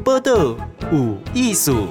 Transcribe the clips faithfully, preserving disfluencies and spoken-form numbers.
报道有艺术。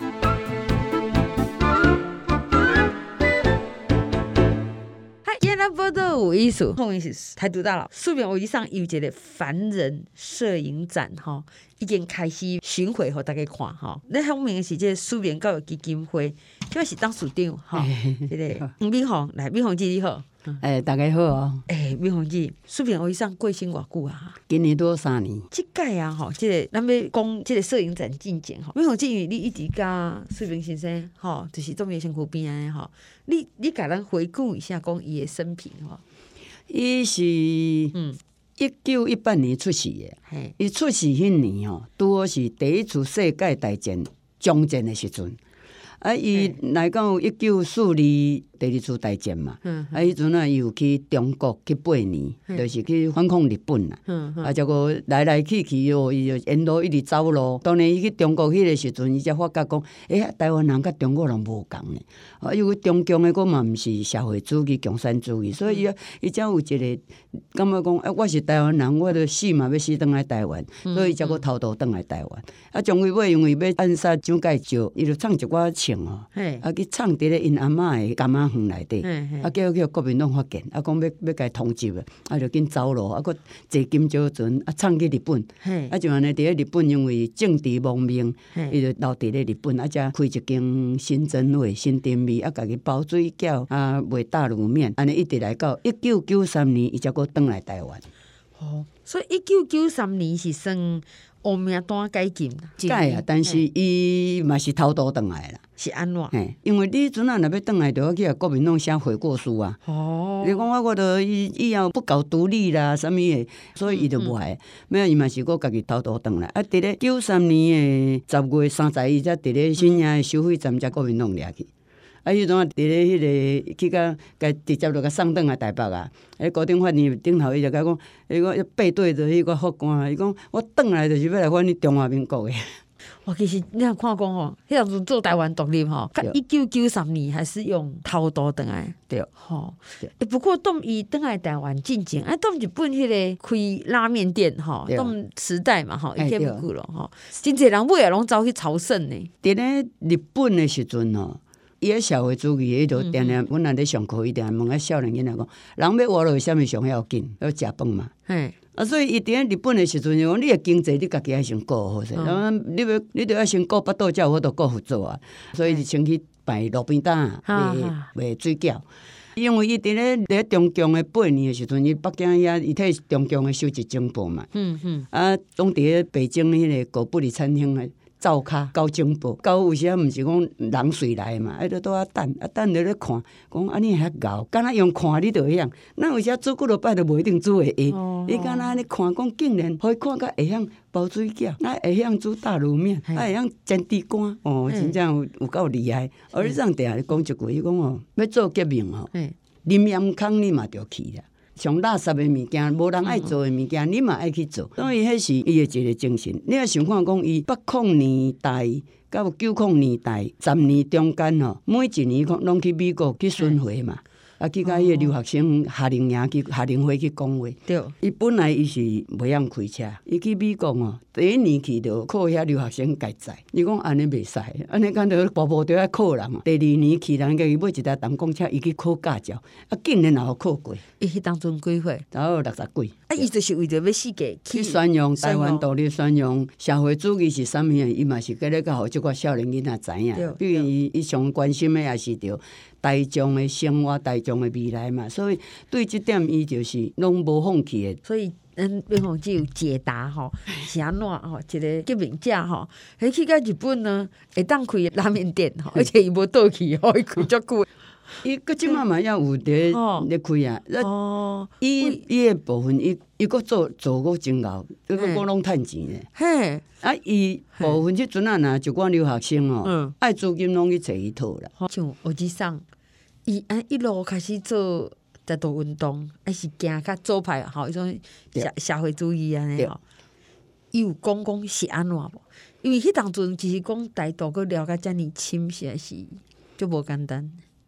报道有意思，后面是台督大佬苏炳伟上有一个凡人摄影展哈，已经开始巡回给大家看哈。那后面是这个苏炳教育基金会，这是当处长哈，这个黄敏宏来，敏宏姐你好。 诶、欸，大家好哦！ 诶、欸，敏宏姐，苏炳伟上过身偌久啊？ 今年多三年。 这届啊，吼，这个咱要讲这个摄影展进展吼，敏宏姐，因为你一直甲苏炳先生吼，就是中美身躯边安吼，你你甲咱回顾一下讲伊的生平吼。 伊是嗯一九一八年出世的，伊出世迄年吼，拄好是第一次世界大战将战的时阵。啊，伊来到一九四二第二次大战嘛，嗯、啊，迄阵啊，伊有去中国去八年，嗯、就是去反抗日本啦。嗯嗯、啊，结果来来去去哦，伊就沿路一直走路。当然，伊去中国迄个时阵，伊才发觉讲，哎、欸，台湾人甲中国人无共呢。啊，因为中共的，佫嘛毋是社会主义、共产主义，所以伊伊才有一个感觉讲，哎、欸，我是台湾人，我著死嘛要死倒来台湾，所以才佫偷渡倒来台湾。啊，终于尾因为要暗杀蒋介石，伊就唱一寡唱哦，啊，去唱伫咧因阿嬷的柑仔园内底，啊，叫叫国民党发现，啊，讲要要甲伊通缉啊，啊，就紧走路，啊，佫坐金蕉船，啊，唱去日本，啊，就安尼伫咧日本，因为政治亡命，伊就留伫咧日本，啊，才开一间新真味、新甜味，啊，家己包水饺，啊，卖大卤面，安尼一直来到一九九三年，伊才佫转来台湾。 哦，所以一九九三年是算黑名单解禁啦， 解啊，但是伊嘛是偷渡转来啦。 是安怎？ 嘿，因为你阵啊，若要转来，就要去国民党写悔过书啊。哦，你讲我我著以以后不搞独立啦，啥物的，所以伊就无爱。尾仔伊嘛是我家己偷渡转来。啊，伫咧九三年的十月三十一，才伫咧新营的收费站，才国民党掠去。啊，迄阵啊，伫咧迄个去甲，甲直接就甲送转来台北啊。迄高等法院顶头伊就甲讲，伊讲背对着迄个法官，伊讲我转来就是要来反你中华民国的。 哇，其实你若看讲吼，迄阵做台湾独立吼，甲一九九三年还是用偷渡转来， 对， 吼。欸、不过当伊转来台湾进前，啊，当日本迄个开拉面店吼，当时代嘛吼，已经不久了吼，真侪人尾也拢走去朝圣呢。 伫咧日本的时阵吼。伊个社会主义，伊就定定，阮若咧上课，伊定定问个少年囡仔讲，人要活落啥物上要紧，要食饭嘛。嘿，啊，所以伊伫咧日本的时阵，讲你个经济你家己爱先顾好势，然后你要你著要先顾巴肚，才有法度顾合作啊。所以就先去摆路边摊卖卖水饺。因为伊伫咧咧中共的八年的时阵，伊北京遐伊替中共的收集情报嘛。嗯嗯。啊，当伫咧北京迄个狗不理餐厅诶。灶骹交情报，交有时啊，毋是讲人随来嘛，啊，就倒啊等，啊等着咧看，讲安尼遐熬，敢若用看你就会晓，咱有时啊煮几落摆就无一定煮会会。你敢若安尼看，讲竟然可以看甲会晓包水饺，啊会晓煮大卤面，啊会晓煎地瓜，哦，真正有有够厉害。而上定下讲一句，伊讲哦，要做革命哦，啉盐空你嘛着去啦。上垃圾的物件，无人爱做的物件，你嘛爱去做。所以迄是伊的一个精神。你若想看讲，伊八零年代到九零年代十年中间吼，每一年拢去美国去巡回嘛。啊，去甲迄个留学生夏令营去夏令会去讲话。对，伊本来伊是袂晓开车，伊去美国哦，第一年去就靠遐留学生家载。伊讲安尼袂使，安尼敢着步步都要靠人。第二年去人家伊买一台重公车，伊去考驾照，啊，竟然也有考过。 伊迄当阵几岁？ 然后六十几。 啊，伊就是为着要世界去宣扬台湾独立，宣扬社会主义是啥物啊？伊嘛是搁咧甲互即个少年囡仔知影。比如伊伊上关心的也是着大众的生活、大众的未来嘛，所以对即点伊就是拢无放弃的。 所以，咱边方只有解答吼，是安怎吼？一个革命者吼，迄去到日本呢，会当开拉面店吼，而且伊无倒去，可以开足久。 伊个即马嘛要有咧咧开啊！哦，伊伊个部分，伊伊个做做个真熬，伊个个拢趁钱咧。嘿，啊，伊部分即阵啊，若一寡留学生哦，爱资金拢去找伊讨啦。 像学之上，伊安一路开始做在做运动，还是行较左派吼，迄种社社会主义安尼吼。伊有讲讲是安怎无？因为迄当阵其实讲台独个了解遮尔深，实在是就无简单。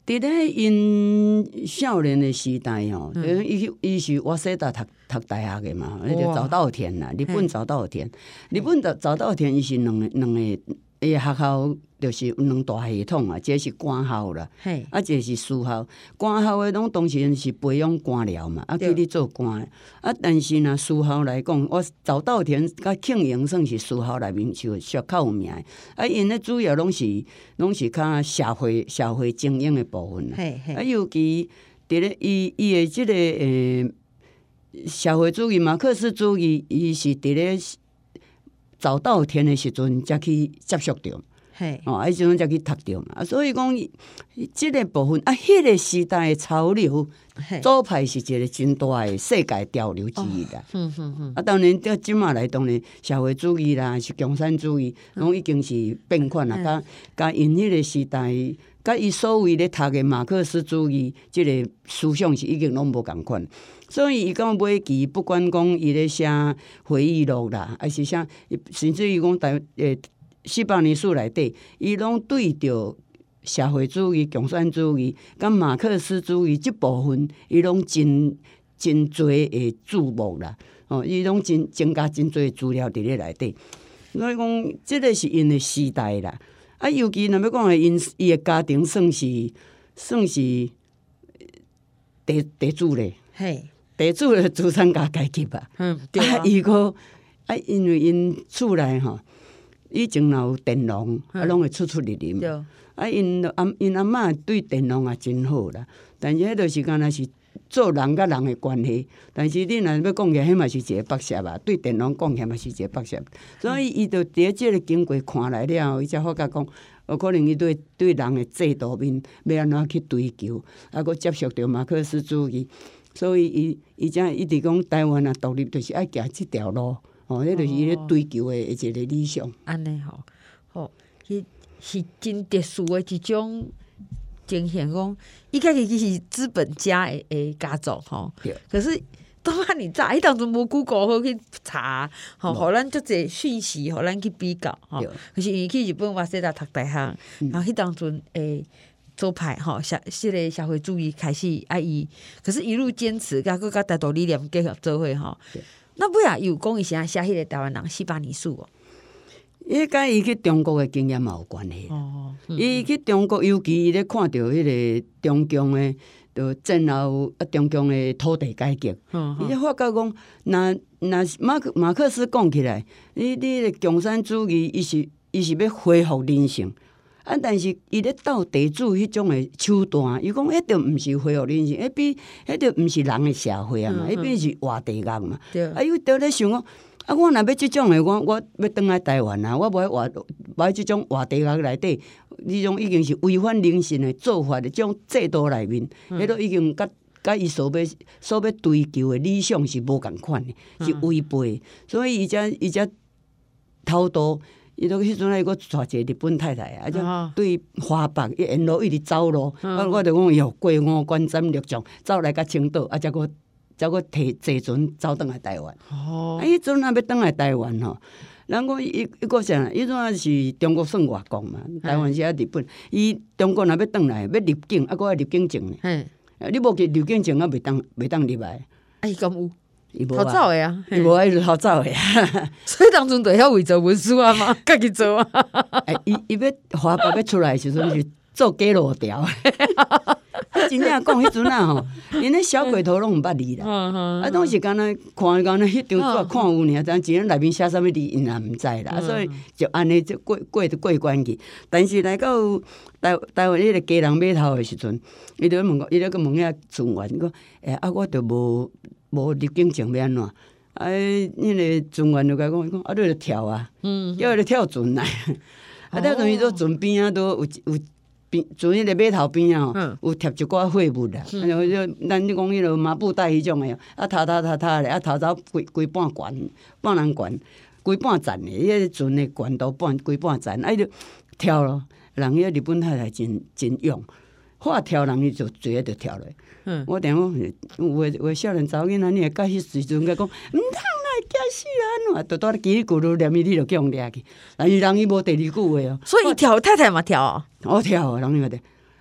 伫咧因少年的时代吼，伊伊是瓦西达读读大学的嘛，迄个早稻田啦，日本早稻田，日本早早稻田伊是两个两个，伊学校就是有两大系统啊，一个是官校啦，啊，一个是私校。官校的拢当时是培养官僚嘛，啊，叫你做官。啊，但是若私校来讲，我早稻田甲庆营算是私校内面就属较有名的。啊，因咧主要拢是拢是较社会社会精英的部分啦。啊，尤其伫咧伊伊的即、這個诶、呃、社会主义马克思主义，伊是伫咧早稻田的时阵才去接触到。哦，啊，迄阵才去读着嘛，啊，所以讲，即个部分啊，迄个时代的潮流，左派是一个真大的世界潮流之一啦。嗯嗯嗯。啊，当然，到即马来，当然社会主义啦，是共产主义，拢已经是变款啦。甲甲因迄个时代，甲伊所谓咧读的马克思主义，即个思想是已经拢无共款。所以伊到尾期，不管讲伊咧写回忆录啦，还是写，甚至于讲台诶。四百年史内底，伊拢对着社会主义、共产主义、甲马克思主义即部分，伊拢真真侪诶注目啦。哦，伊拢真增加真侪资料伫咧内底。所以讲，即个是因诶时代啦。啊，尤其若要讲诶，因伊诶家庭算是算是地地主咧，嘿，地主诶资产阶阶级吧。嗯，对啊。伊个啊，因为因厝内吼。以前若有电容，啊，拢会出出入入。啊，因阿因阿嬷对电容也真好啦。但是迄著是敢若是做人甲人的关系。但是你若要讲起来，迄嘛是一个剥削啊。对电容讲起来嘛是一个剥削。所以伊著伫即个经过看来了后，伊才发觉讲，有可能伊对对人的制度面要安怎去追求，啊，佮接受着马克思主义。所以伊伊才一直讲台湾啊独立，就是爱行即条路。哦，迄就是伊咧追求的一个理想。安尼吼，吼，迄是真特殊的一种情形，讲伊家己其实资本家的诶家族吼，可是都遐尼早，迄当阵无 Google 好去查，吼，互咱足侪讯息，互咱去比较，吼。可是伊去日本瓦西达读大学，然后迄当阵诶左派吼，社即个社会主义开始啊伊，可是一路坚持，甲佮甲大道理念结合做伙吼。那尾仔有讲伊是安写迄个台湾人四百年史哦。 伊甲伊去中国的经验嘛有关系。哦，伊、嗯、去中国，尤其伊咧看到迄个中共的，就战后啊中共的土地改革，伊咧、嗯、发觉讲，那那马克马克思讲起来，你你的共产主义，伊是伊是要恢复人性。啊！但是伊咧斗地主迄种诶手段，伊讲迄著毋是恢复人性，迄比迄著毋是人诶社会啊嘛，迄比是活地狱嘛。啊，伊倒咧想讲，啊，我若要即种诶，我我要转来台湾啊，我无爱活，无爱即种活地狱内底，即种已经是违反人性诶做法诶，即种制度内面，迄都已经甲甲伊所要所要追求诶理想是无共款诶，是违背，所以伊才伊才偷渡。伊都迄阵啊，伊佫娶一个日本太太啊，就对华北伊沿路一直走路，啊，我就讲哟，过五关斩六将，走来甲青岛，啊，才佫才佫提坐船走转来台湾。哦，啊，迄阵啊要转来台湾吼，人讲伊伊佫啥？迄阵啊是中国算外国嘛，台湾是啊日本。伊中国若要转来，要入境，啊，佫要入境证呢。嗯，你无去入境证啊，袂当袂当入来。 哎，咁有。好走的啊， 伊无爱好走的啊， 所以当阵就遐伪造文书啊嘛，家己做啊。 哎，伊伊要华北要出来的时阵是做假路条，真正讲迄阵啊吼，因咧小鬼头拢毋捌字啦，啊，拢是敢若看敢若迄张纸看有尔，但钱内面写啥物字因也毋知啦，所以就安尼就过过过关去。但是来到台台湾迄个家人码头的时阵，伊就问我，伊咧个问遐船员讲，诶啊，我著无。无入境证要安怎？啊，迄个船员就甲讲，伊讲啊，你著跳啊，叫伊著跳船来。啊，跳船伊做船边啊，都有有边船迄个码头边啊，有贴一寡货物啦。啊，就咱你讲迄落麻布袋迄种诶，啊，踏踏踏踏咧，啊，头走规规半悬，半人悬，规半站诶，迄个船诶悬度半规半站，啊，伊就跳咯。人迄日本太太真真勇。话跳人伊就直接就跳落。嗯，我等讲，有诶有诶少年查某囡仔，你会到迄时阵甲讲，毋通啦，惊死啦！安怎？就拄咧叽里咕噜念伊，你就叫人掠去。但是人伊无第二句话哦。 所以伊跳太太嘛跳哦。 我跳哦，人伊个的。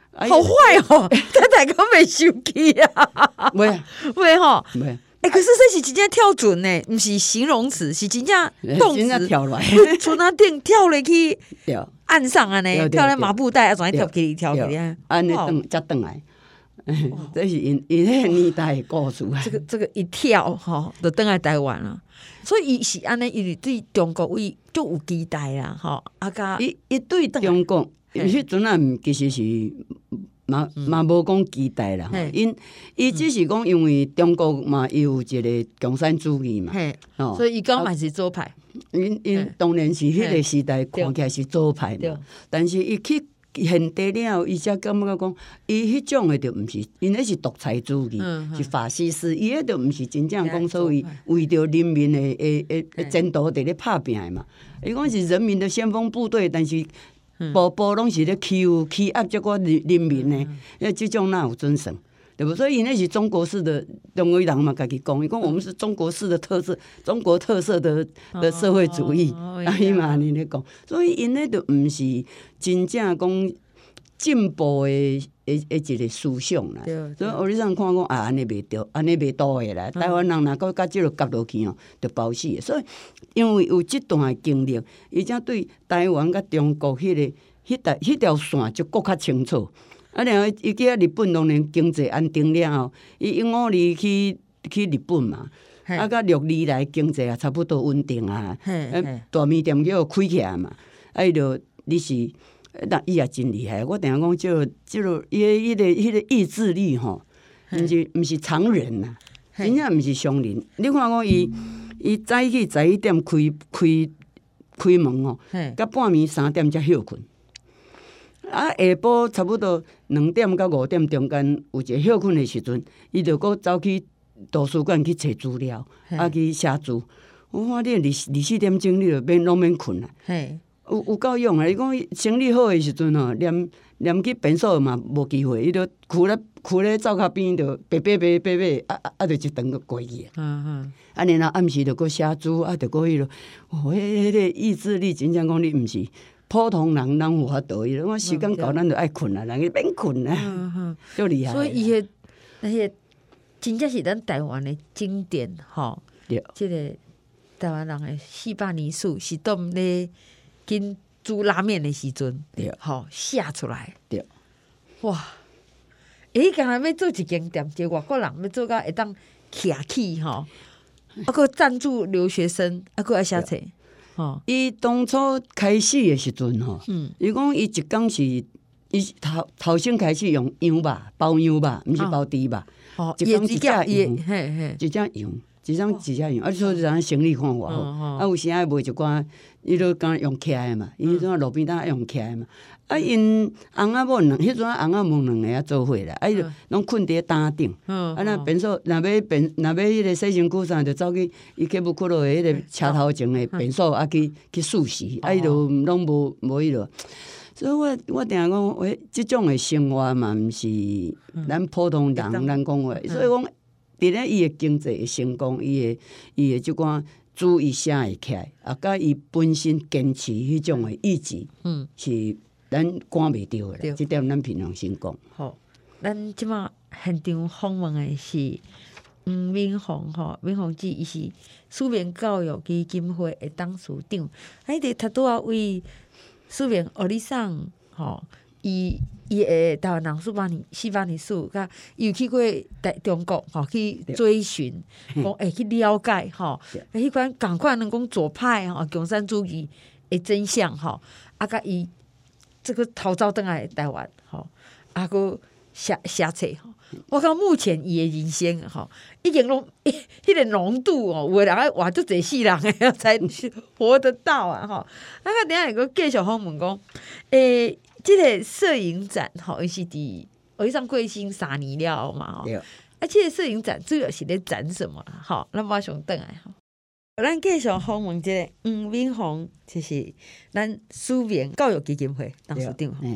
好坏哦！太太讲袂生气啊， 袂啊， 袂吼， 袂。 哎，可是这是真正跳准呢，不是形容词，是真正动词跳落来， 从那顶跳落去岸上啊呢，跳来麻布袋啊，怎跳起跳起啊， 安尼转才转来。这是因因迄个年代的故事啊。 这个这个一跳吼，就转来台湾了。所以伊是安尼，伊对中国位就有期待啦，吼啊甲伊伊对中国，迄阵啊，其实是嘛嘛无讲期待啦。因伊只是讲，因为中国嘛有一个共产主义嘛， 所以伊讲嘛是左派。 因因当然是迄个时代看起来是左派嘛，但是伊去现地了后，伊才感觉讲，伊迄种诶就毋是，因迄是独裁主义，是法西斯，伊迄就毋是真正讲所谓为着人民诶诶诶诶前途伫咧拍拼诶嘛。伊讲是人民的先锋部队，但是步步拢是咧欺负欺压这个人人民诶，那即种哪有准算？对不？所以那是中国式的中国人嘛，家己讲，伊讲我们是中国式的特色，中国特色的的社会主义，啊伊嘛安尼咧讲，所以因迄就毋是真正讲进步的诶诶一个思想啦。所以我哋上看讲啊，安尼袂对，安尼袂倒诶啦。台湾人若搁甲即落夹落去哦，就包死。所以因为有即段经历，伊才对台湾甲中国迄、那个迄条迄条线就搁较清楚。啊，然后伊去啊日本当然经济安定了后，伊一五二去去日本嘛，啊，甲六二来经济也差不多稳定啊，大面店叫开起来嘛，啊，伊就你是，但伊也真厉害。我定讲即落即落伊迄个迄个意志力吼，毋是毋是常人呐，真正毋是常人。你看讲伊伊早起十一点开开开门哦，甲半暝三点才休困。啊，下晡差不多两点到五点中间有一个休困的时阵，伊就搁走去图书馆去找资料，啊去写字。我看你二二四点钟，你就免拢免困啦。有有够用啊！伊讲生理好的时阵吼，连连去便所嘛无机会，伊就跍咧跍咧灶骹边，就白白白白白，啊啊啊，就一顿就过去啊。嗯嗯。啊，然后暗时就搁写字，啊，就搁迄落，哦，迄迄个意志力，真正讲你毋是。普通人人有法度，伊讲时间到，咱就爱困啦，人伊免困啦，足厉害。 所以伊个那些真正是咱台湾的经典吼，即个台湾人的四百年史是当咧跟煮拉面的时阵，吼写出来。对，哇！诶，刚才要做一间店，结果外国人要做到会当徛起吼，啊，佮赞助留学生，啊，佮爱写册。 伊当初开始的时阵吼，伊讲伊一工是伊头头先开始用羊肉包羊肉，毋是包猪肉，一工一只羊，一只羊，一张一只羊，啊，所以人生理看偌好，啊，有时爱卖一寡，伊都敢用起来嘛，伊种路边摊用起来嘛，啊，因翁仔某两，迄阵翁仔某两个啊做伙啦，啊，伊就拢困伫担顶，啊，那便所若要便若要迄个洗身躯啥，就走去伊去不窟落迄个车头前的便所啊去去试时，啊，伊就拢无无迄落。所以我我定讲，喂，即种的生活嘛，毋是咱普通人咱讲话，所以讲。伫咧伊诶经济成功，伊诶伊诶即款主意写会起来，啊，甲伊本身坚持迄种诶意志，嗯，是咱赶袂着诶啦。即点咱平常心讲。 好，咱即马现场访问诶是黄敏宏吼，敏宏姊伊是书面教育基金会诶董事长，迄个他拄啊为书面学里送吼。伊伊诶台湾人四百年四百年史，甲伊有去过台中国吼去追寻，讲会去了解吼，迄款共款能讲左派吼共产主义诶真相吼，啊甲伊这个逃走倒来台湾吼，啊个写写册吼，我讲目前伊诶人生吼，已经拢迄个浓度哦，有诶人爱活足侪世人诶才活得到啊吼，啊个等下个继续访问讲诶。即个摄影展吼，伊是伫我上过新三年了嘛吼，啊，即个摄影展主要是咧展什么啦？吼，咱马上转来吼，咱继续访问即个黄敏宏，就是咱书面教育基金会董事长吼。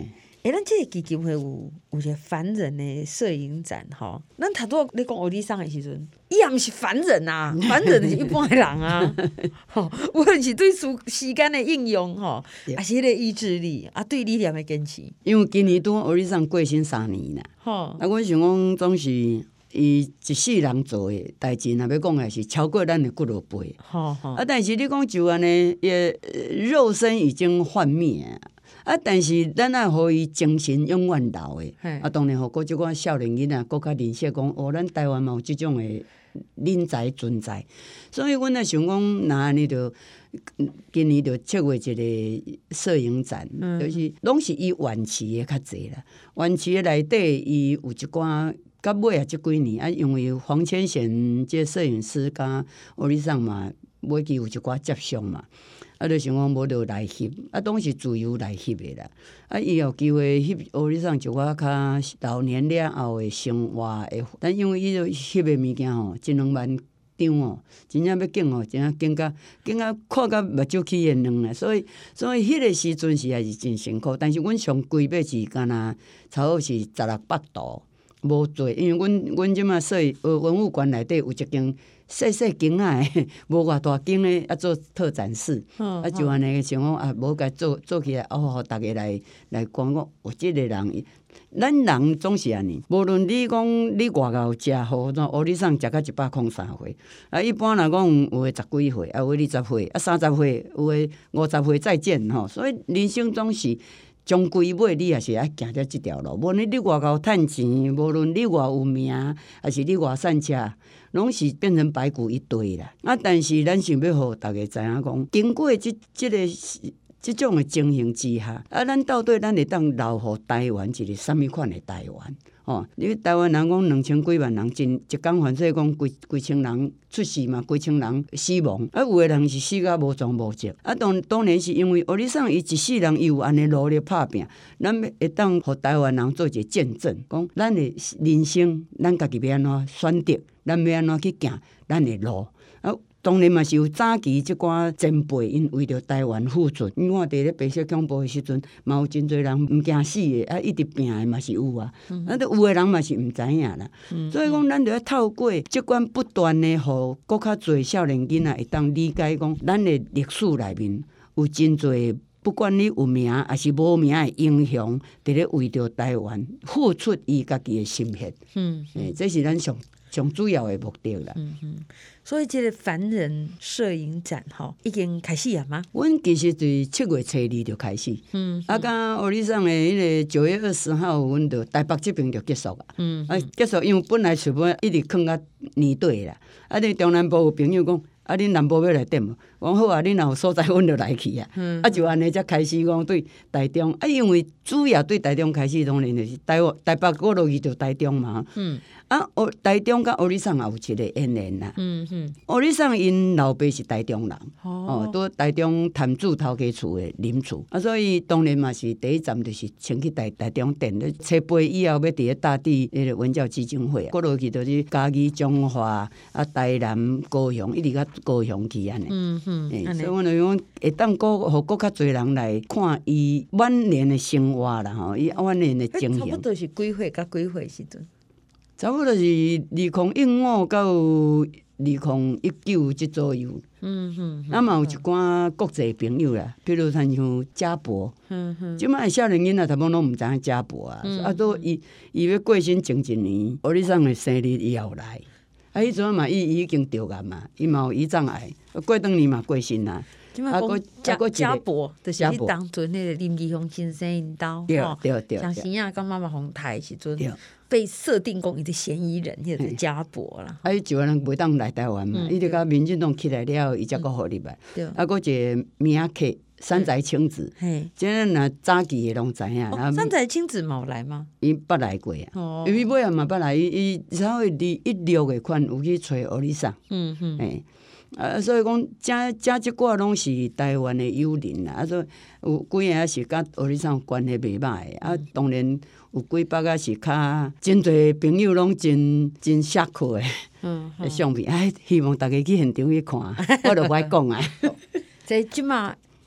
诶、欸，咱这个基金会有有一个凡人的摄影展吼，咱头拄你讲欧丽桑的时阵，伊也毋是凡人啊，凡人是一般的人啊，吼，无论是对时时间的应用吼，还是迄个意志力啊，对理念的坚持。 因为今年拄欧丽桑过身三年啦，吼，啊，阮想讲总是伊一世人做的代志，若要讲也是超过咱的骨肉杯，吼吼。啊，但是你讲就安尼，也肉身已经幻灭。啊！但是咱爱互伊精神永远留诶。啊，当然互佫即寡少年囡仔佫较认识讲，哦，咱台湾嘛有即种诶人才存在。所以阮也想讲，那安尼着今年着策划一个摄影展，嗯、就是拢是以晚期诶较济啦。晚期诶内底，伊有一寡到尾啊，即几年啊，因为黄千贤即摄影师甲欧丽桑嘛，尾期有一寡接触嘛。啊，就想讲无就来翕，啊，当是自由来翕的啦。啊，伊有机会翕欧丽桑一寡较老年了后的生活的，但因为伊就翕的物件吼，一两万张哦，真正要景哦，真正景甲景甲看甲目睭起的两啊，所以所以迄个时阵是还是真辛苦。但是阮上规码是敢若差不多是十六百度，无做，因为阮阮即马说呃文物馆内底有一间。细细间仔诶，无偌大间诶，啊做特展示，啊就安尼想讲啊，无甲做做起来，哦，互大家来来讲讲，有即个人，咱人总是安尼，无论你讲你外口食好，怎欧丽桑食到一百零三岁，啊一般来讲有诶十几岁，啊有诶二十岁，啊三十岁，有诶五十岁再见吼，所以人生总是。终归尾，你也是爱行着即条路。无论你外口趁钱，无论你偌有名，还是你偌善车，拢是变成白骨一堆啦。啊，但是咱想要互大家知影讲，经过即即个即种诶情形之下，啊，咱到底咱会当留互台湾一个什么款诶台湾？哦，因为台湾人讲两千几万人，真一工反正讲规规千人出事嘛，规千人死亡，啊，有诶人是死甲无踪无迹。啊，当当然是因为欧丽桑伊一世人伊有安尼努力拍拼，咱会当互台湾人做一个见证，讲咱诶人生，咱家己要安怎选择，咱要安怎去行咱诶路啊。当然嘛是有早期即寡前辈因为着台湾付出，因为我伫咧白色恐怖诶时阵，嘛有真侪人毋惊死诶，啊一直拼诶嘛是有啊，啊都、嗯、有诶人嘛是毋知影啦。嗯、所以讲，咱着要透过即款不断诶，互搁较侪少年囡仔会当理解讲，咱诶历史内面有真侪，不管你有名还是无名诶英雄，伫咧为着台湾付出伊家己诶心血。嗯，诶，这是咱上。上主要的目的啦。 嗯嗯，所以这个凡人摄影展吼已经开始了吗？ 阮其实对七月初二就开始。嗯，啊，甲欧丽桑的迄个九月二十号，阮就台北这边就结束啊。嗯，啊，结束，因为本来想要一直放到年底啦。啊，你中南部有朋友讲。啊！恁南部要来点无？我讲好啊！恁若有所在，阮就来去啊！嗯、啊，就安尼才开始讲对台中啊，因为主要对台中开始当然就是台台北过落去就台中嘛。嗯。啊，台中甲欧丽桑也有一个渊源啦。嗯嗯。欧丽桑因老爸是台中人，哦，都、哦、台中潭子头家厝的林厝啊，所以当然嘛是第一站就是先去台台中店咧，车杯以后要伫咧大地迄个文教基金会，过落去就是嘉义、彰化啊、台南、高雄，一直到高雄去安尼。嗯嗯。欸、所以我就讲会当个互更较侪人来看伊晚年的生活啦，吼，伊晚年的情形。 差不多是几岁甲几岁时阵？ 差不多是二零一五到二零一九这左右。嗯嗯。啊嘛有一寡国际朋友啦，比如像像家博。嗯嗯。即摆少年囡仔，大部分拢毋知影家博啊，嗯、啊都伊伊要过身前一年，欧丽桑的生日伊也有来。啊，迄阵嘛，伊已经着癌嘛，伊嘛有胰脏癌，过当年嘛过身啦。 啊，个家家婆就是迄当阵迄个林义雄先生因兜， 对对对， 像时啊，刚妈妈红台时阵被设定讲伊的嫌疑人，迄个家婆啦。 啊，伊就人袂当来台湾嘛，伊就甲民进党起来了，伊才阁互入来。啊，阁一个名客山宅清子，即个若早期的拢知影。 山宅清子嘛有来吗？ 伊捌来过啊，因为尾啊嘛捌来，伊伊稍微二一六的款有去找欧丽桑。嗯嗯，诶。啊，所以讲，正正即寡拢是台湾的友人啦。啊，所以有几个也是甲欧丽桑关系袂歹的。啊，当然有几百个是较真侪朋友拢真真熟客的。嗯，相片，哎，希望大家去现场去看，我就歹讲啊。 这即马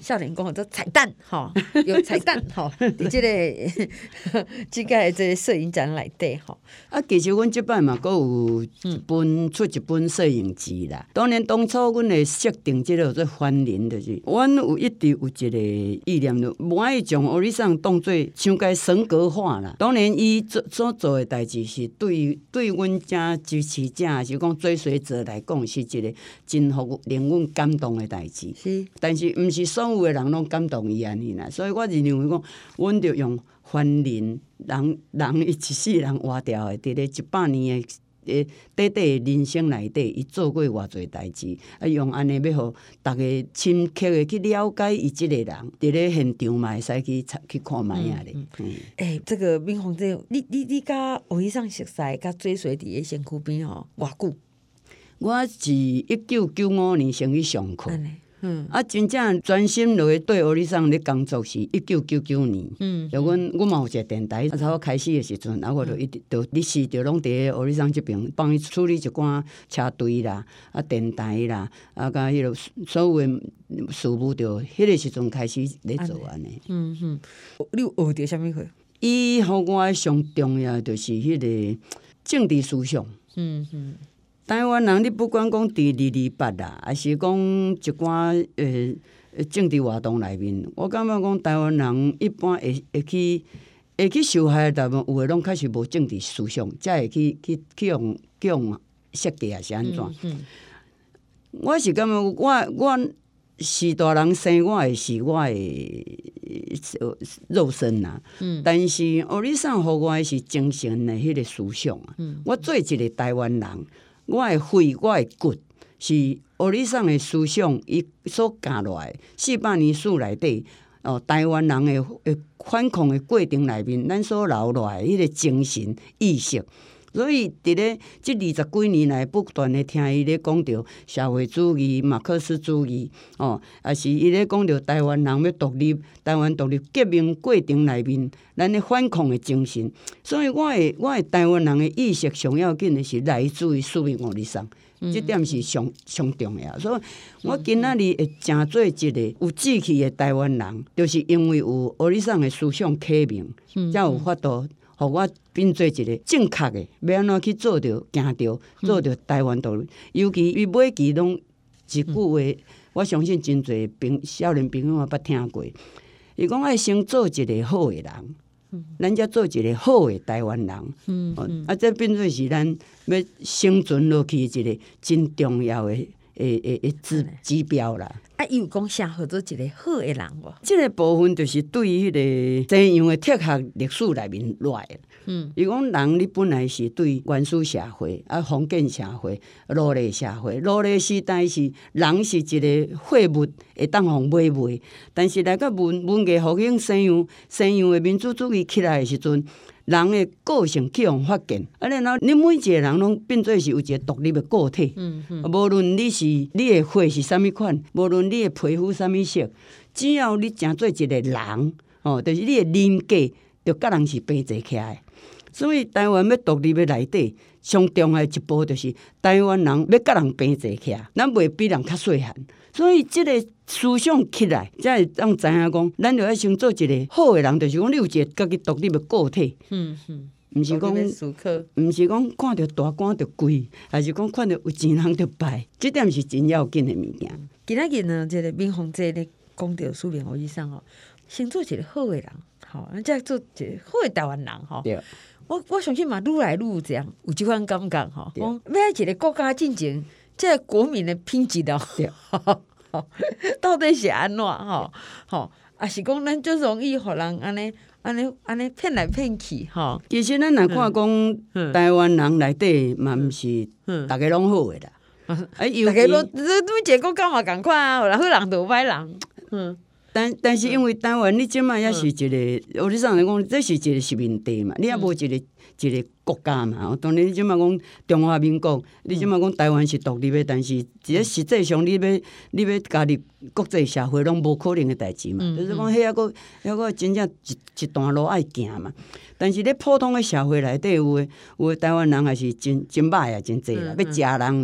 少年讲做彩蛋吼，有彩蛋吼，伫即个即个即个摄影展内底吼。 啊，其实阮即摆嘛，阁有一本出一本摄影集啦。当然当初阮会设定即个做番林，就是阮有一直有一个意念，就无爱将欧里桑当做伤介神格化啦。当然，伊做所做的代志是对对阮遮支持者，还是讲追随者来讲，是一个真互令阮感动的代志。 是，但是毋是所有的人拢感动伊安尼啦。所以我是认为讲，阮着用番林人人伊一世人活掉的，伫咧一百年的。诶，短短的人生内底，伊做过偌侪代志，啊，用安尼要互大家深刻的去了解伊即个人，伫咧现场嘛会使去去看卖啊咧。诶、嗯欸，这个敏宏姐，你你你甲欧里桑熟悉，甲追随伫个身躯边吼，偌久？ 我是一九九五年先去上课。 嗯， 啊，真正专心落去对欧里桑咧工作是一九九九年。嗯，就阮阮嘛有一个电台，啊，差不多开始的时阵，啊，我就一直就历史就拢伫咧欧里桑这边帮伊处理一寡车队啦，啊，电台啦，啊，甲迄个所有的事务，就迄个时阵开始咧做安尼。 嗯哼，你有学着啥物课？ 伊互我上重要就是迄个政治思想。嗯哼。台湾人，你不管讲伫二二八啦，还是讲一寡诶政治活动内面，我感觉讲台湾人一般会会去会去受害，大部分有诶拢开始无政治思想，才会去去去用去用设计还是安怎？嗯嗯、我是感觉我我是大人生我诶是我诶肉身啦，嗯、但是欧里桑互我诶是精神诶迄个思想啊。嗯、我做一个台湾人。我的肺，我的骨，是欧里桑的思想，伊所教落来四百年史内底，哦，台湾人的诶反抗的过程内面，咱所留落来迄个精神意识。所以，伫咧即二十几年来，不断的听伊咧讲着社会主义、马克思主义，哦，也是伊咧讲着台湾人要独立，台湾独立革命过程内面，咱咧反抗的精神。所以，我的我的台湾人的意识上要紧的是来自于苏明欧里桑，即点是上上重要。所以我今仔日会诚做一个有志气的台湾人，就是因为有欧里桑的思想启蒙，才有法度。互我变做一个正确的，要安怎去做着、行着、做着台湾独立。尤其伊每期拢一句话，我相信真侪朋少年朋友也捌听过。伊讲爱先做一个好的人，咱才做一个好的台湾人。嗯嗯、啊，这变做是咱要生存落去一个真重要的诶诶诶指指标啦。 啊，伊有讲啥叫做一个好的人无？ 即个部分就是对于迄个西洋的哲学历史内面来。嗯，伊讲人你本来是对原始社会、啊封建社会、奴隶社会，奴隶时代是人是一个货物，会当互买卖。但是来到文文艺复兴西洋西洋的民主主义起来的时阵，人的个性去互发现，啊，然后你每一个人拢变做是有一个独立的个体。嗯嗯。无论你是你的血是啥物款，无论你的皮肤啥物色，只要你成做一个人，哦，就是你的人格，就甲人是平齐起来。所以台湾要独立的内底，上重要一步就是台湾人要甲人平齐起来，咱袂比人较细汉。所以即个思想起来，才会当知影讲，咱着要先做一个好的人，就是讲你有一个家己独立的个体。嗯嗯，毋是讲，毋是讲看到大官就跪，还是讲看到有钱人就拜，即点是真要紧的物件。 今仔日呢，即个敏宏姐咧讲到苏明欧医生吼，先做一个好的人，吼，再做一个好的台湾人，吼。对。我我相信嘛，愈来愈这样，有即款感觉吼。讲要一个国家进前，即个国民的品质了，到底是安怎吼？吼，啊是讲咱最容易互人安尼、安尼、安尼骗来骗去吼。 其实咱若看讲台湾人内底嘛，毋是大家拢好的啦。 啊，大家都每一个国家嘛共款啊，有好人就有歹人。嗯。 但但是因为台湾你即摆也是一个，我你上来讲，这是一个殖民地嘛，你也无一个一个国家嘛。当然你即摆讲中华民国，你即摆讲台湾是独立的，但是这实际上你要你要加入国际社会，拢无可能的代志嘛。就是讲，迄还个还个真正一一段路爱行嘛。但是咧普通的社会内底有诶有诶台湾人还是真真歹啊，真济啦，要食人啦。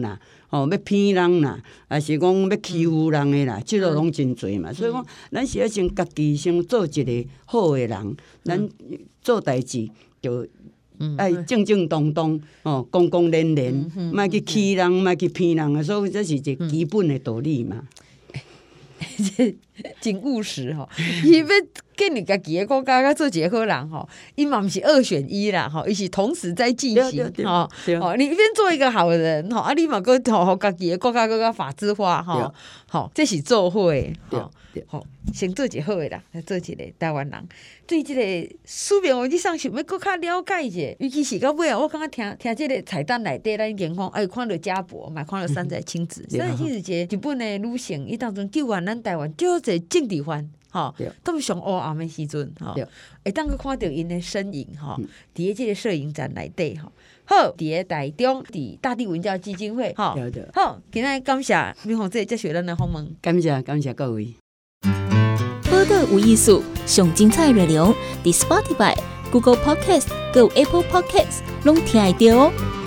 哦，要骗人啦，还是讲要欺负人的啦，即落拢真侪嘛。所以讲，咱是要先家己先做一个好的人，咱做代志就爱正正当当哦，公公连连，莫去欺人，莫去骗人啊。所以这是一个基本的道理嘛。 真务实吼，伊要建立家己的国家，甲做一个好人吼，伊嘛毋是二选一啦吼，伊是同时在进行吼。哦，你一边做一个好人吼，啊，你嘛搁吼家己的国家搁较法治化吼，吼，这是做伙的吼。吼，先做一个好的人，做一个台湾人，对即个书面文字上想要搁较了解者，尤其是到尾啊，我感觉听听即个彩蛋内底，咱已经讲，哎，看到家伯，嘛看到山寨亲子，山寨亲子一个日本的女性，伊当中救援咱台湾，叫做政治犯。吼，当上黑暗的时阵，吼，会当去看到因的身影，吼，伫咧即个摄影展内底，吼，好，伫咧台中，伫大地文教基金会，吼，好，今仔感谢美凤姐接受咱的访问， 感谢感谢各位。 报道有艺术，上精彩内容，伫 Spotify、Google Podcast、还有 Apple Podcast， 拢听得到哦。